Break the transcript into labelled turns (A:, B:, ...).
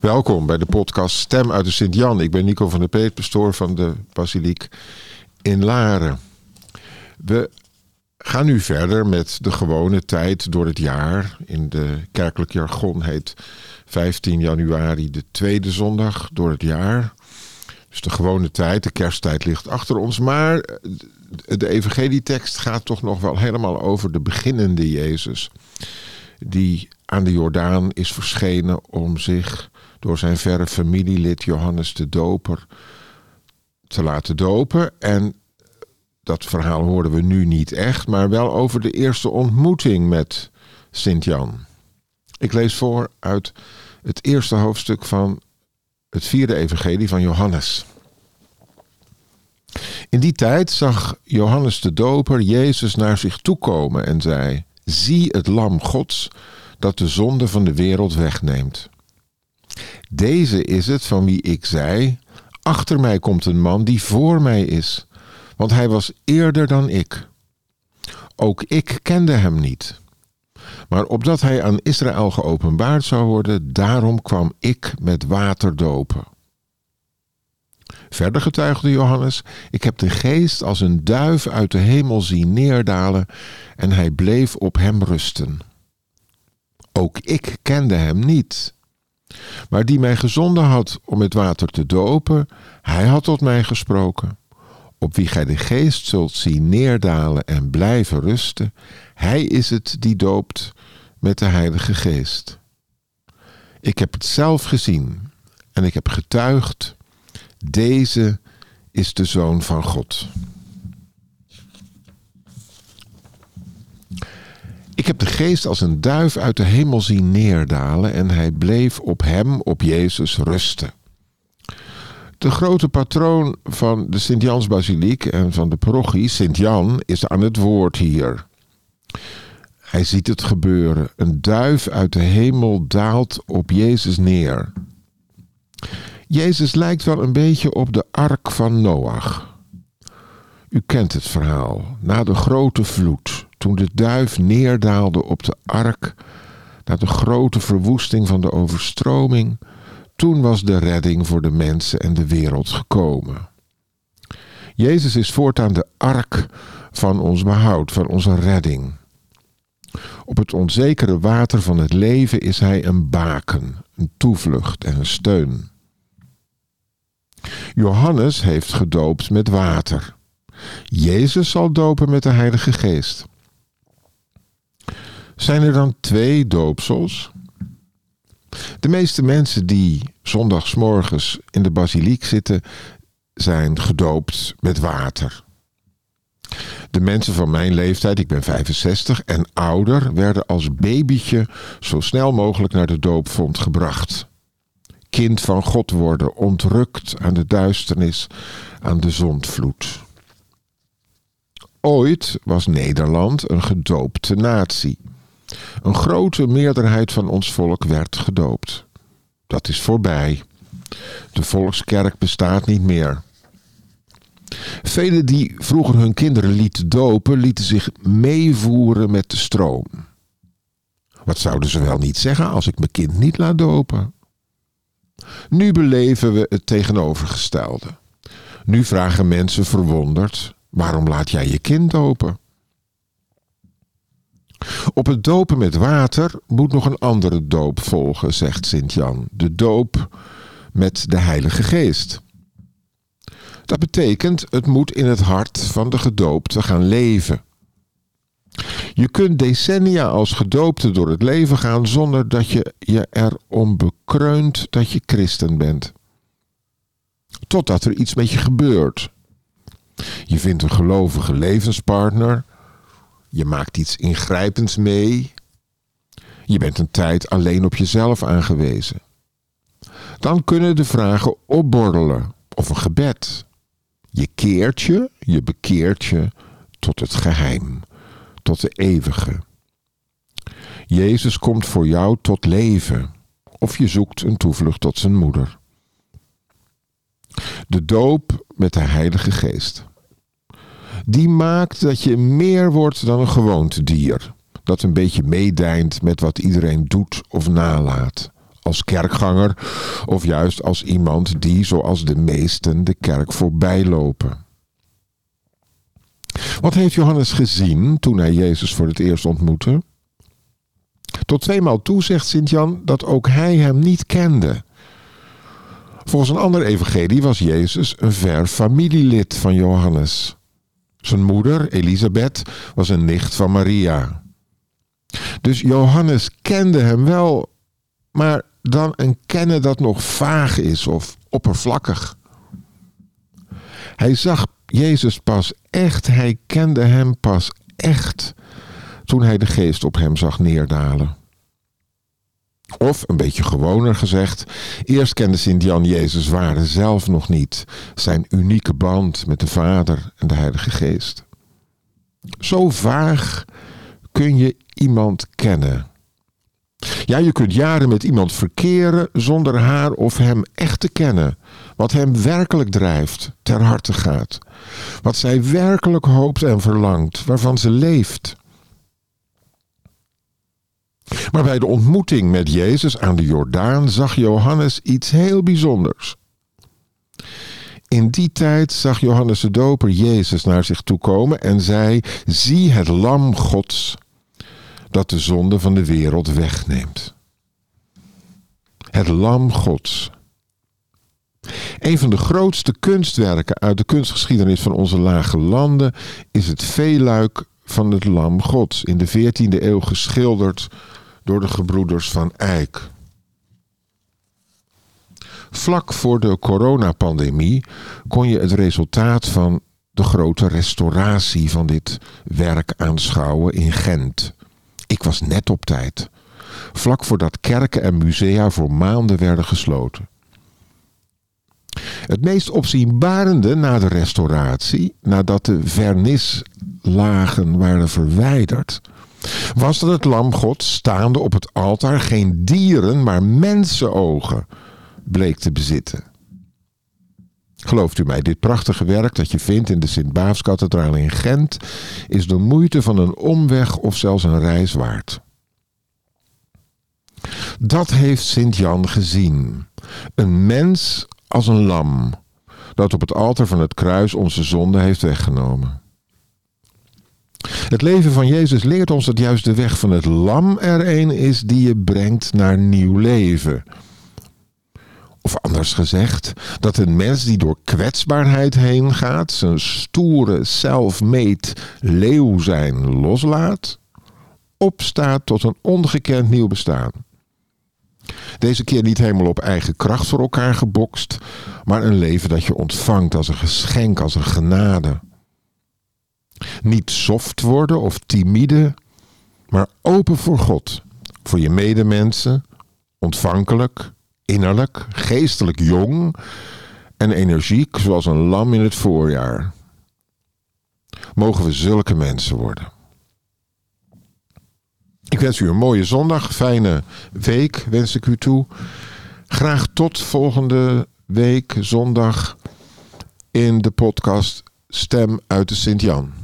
A: Welkom bij de podcast Stem uit de Sint-Jan. Ik ben Nico van der Peet, pastoor van de basiliek in Laren. We gaan nu verder met de gewone tijd door het jaar. In de kerkelijk jargon heet 15 januari de tweede zondag door het jaar. Dus de gewone tijd, de kersttijd ligt achter ons. Maar de evangelietekst gaat toch nog wel helemaal over de beginnende Jezus. Die aan de Jordaan is verschenen om zich door zijn verre familielid Johannes de Doper te laten dopen. En dat verhaal horen we nu niet echt, maar wel over de eerste ontmoeting met Sint-Jan. Ik lees voor uit het eerste hoofdstuk van het vierde evangelie van Johannes. In die tijd zag Johannes de Doper Jezus naar zich toekomen en zei: Zie het lam Gods dat de zonde van de wereld wegneemt. Deze is het van wie ik zei: achter mij komt een man die voor mij is, want hij was eerder dan ik. Ook ik kende hem niet. Maar opdat hij aan Israël geopenbaard zou worden, daarom kwam ik met water dopen. Verder getuigde Johannes: ik heb de geest als een duif uit de hemel zien neerdalen en hij bleef op hem rusten. Ook ik kende hem niet. Maar die mij gezonden had om met water te dopen, hij had tot mij gesproken. Op wie gij de geest zult zien neerdalen en blijven rusten, hij is het die doopt met de Heilige Geest. Ik heb het zelf gezien en ik heb getuigd: deze is de Zoon van God. Ik heb de geest als een duif uit de hemel zien neerdalen en hij bleef op hem, op Jezus, rusten. De grote patroon van de Sint-Jansbasiliek en van de parochie, Sint-Jan, is aan het woord hier. Hij ziet het gebeuren. Een duif uit de hemel daalt op Jezus neer. Jezus lijkt wel een beetje op de ark van Noach. U kent het verhaal. Na de grote vloed, toen de duif neerdaalde op de ark, na de grote verwoesting van de overstroming, toen was de redding voor de mensen en de wereld gekomen. Jezus is voortaan de ark van ons behoud, van onze redding. Op het onzekere water van het leven is hij een baken, een toevlucht en een steun. Johannes heeft gedoopt met water. Jezus zal dopen met de Heilige Geest. Zijn er dan 2 doopsels? De meeste mensen die zondagsmorgens in de basiliek zitten, zijn gedoopt met water. De mensen van mijn leeftijd, ik ben 65 en ouder, werden als babytje zo snel mogelijk naar de doopvont gebracht. Kind van God worden, ontrukt aan de duisternis, aan de zondvloed. Ooit was Nederland een gedoopte natie. Een grote meerderheid van ons volk werd gedoopt. Dat is voorbij. De volkskerk bestaat niet meer. Velen die vroeger hun kinderen lieten dopen, lieten zich meevoeren met de stroom. Wat zouden ze wel niet zeggen als ik mijn kind niet laat dopen? Nu beleven we het tegenovergestelde. Nu vragen mensen verwonderd: waarom laat jij je kind dopen? Op het dopen met water moet nog een andere doop volgen, zegt Sint-Jan. De doop met de Heilige Geest. Dat betekent, het moet in het hart van de gedoopte gaan leven. Je kunt decennia als gedoopte door het leven gaan zonder dat je je erom bekreunt dat je christen bent. Totdat er iets met je gebeurt. Je vindt een gelovige levenspartner. Je maakt iets ingrijpends mee. Je bent een tijd alleen op jezelf aangewezen. Dan kunnen de vragen opborrelen of een gebed. Je bekeert je tot het geheim, tot de eeuwige. Jezus komt voor jou tot leven, of je zoekt een toevlucht tot zijn moeder. De doop met de Heilige Geest. Die maakt dat je meer wordt dan een gewoonte dier, dat een beetje meedijnt met wat iedereen doet of nalaat. als kerkganger of juist als iemand die, zoals de meesten, de kerk voorbij lopen. Wat heeft Johannes gezien toen hij Jezus voor het eerst ontmoette? Tot 2 maal toe zegt Sint-Jan dat ook hij hem niet kende. Volgens een ander evangelie was Jezus een ver familielid van Johannes. Zijn moeder, Elisabeth, was een nicht van Maria. Dus Johannes kende hem wel, maar dan een kennen dat nog vaag is of oppervlakkig. Hij zag Jezus pas echt, hij kende hem pas echt toen hij de geest op hem zag neerdalen. Of, een beetje gewoner gezegd, eerst kende Sint-Jan Jezus' waarde zelf nog niet, zijn unieke band met de Vader en de Heilige Geest. Zo vaag kun je iemand kennen. Ja, je kunt jaren met iemand verkeren zonder haar of hem echt te kennen. Wat hem werkelijk drijft, ter harte gaat. Wat zij werkelijk hoopt en verlangt, waarvan ze leeft. Maar bij de ontmoeting met Jezus aan de Jordaan zag Johannes iets heel bijzonders. In die tijd zag Johannes de Doper Jezus naar zich toe komen en zei: zie het lam Gods dat de zonde van de wereld wegneemt. Het lam Gods. Een van de grootste kunstwerken uit de kunstgeschiedenis van onze lage landen is het veeluik van het lam Gods, in de 14e eeuw geschilderd door de gebroeders van Eyck. Vlak voor de coronapandemie kon je het resultaat van de grote restauratie van dit werk aanschouwen in Gent. Ik was net op tijd. Vlak voordat kerken en musea voor maanden werden gesloten. Het meest opzienbarende na de restauratie, nadat de vernislagen waren verwijderd, was dat het lam Gods staande op het altaar geen dieren, maar mensenogen bleek te bezitten. Gelooft u mij, dit prachtige werk dat je vindt in de Sint-Baafskathedraal in Gent is de moeite van een omweg of zelfs een reis waard. Dat heeft Sint-Jan gezien. Een mens als een lam dat op het altaar van het kruis onze zonde heeft weggenomen. Het leven van Jezus leert ons dat juist de weg van het lam er een is die je brengt naar nieuw leven. Of anders gezegd, dat een mens die door kwetsbaarheid heen gaat, zijn stoere, self-made leeuw zijn loslaat, opstaat tot een ongekend nieuw bestaan. Deze keer niet helemaal op eigen kracht voor elkaar gebokst, maar een leven dat je ontvangt als een geschenk, als een genade. Niet soft worden of timide, maar open voor God, voor je medemensen, ontvankelijk, innerlijk, geestelijk jong en energiek zoals een lam in het voorjaar. Mogen we zulke mensen worden. Ik wens u een mooie zondag, fijne week wens ik u toe. Graag tot volgende week zondag in de podcast Stem uit de Sint-Jan.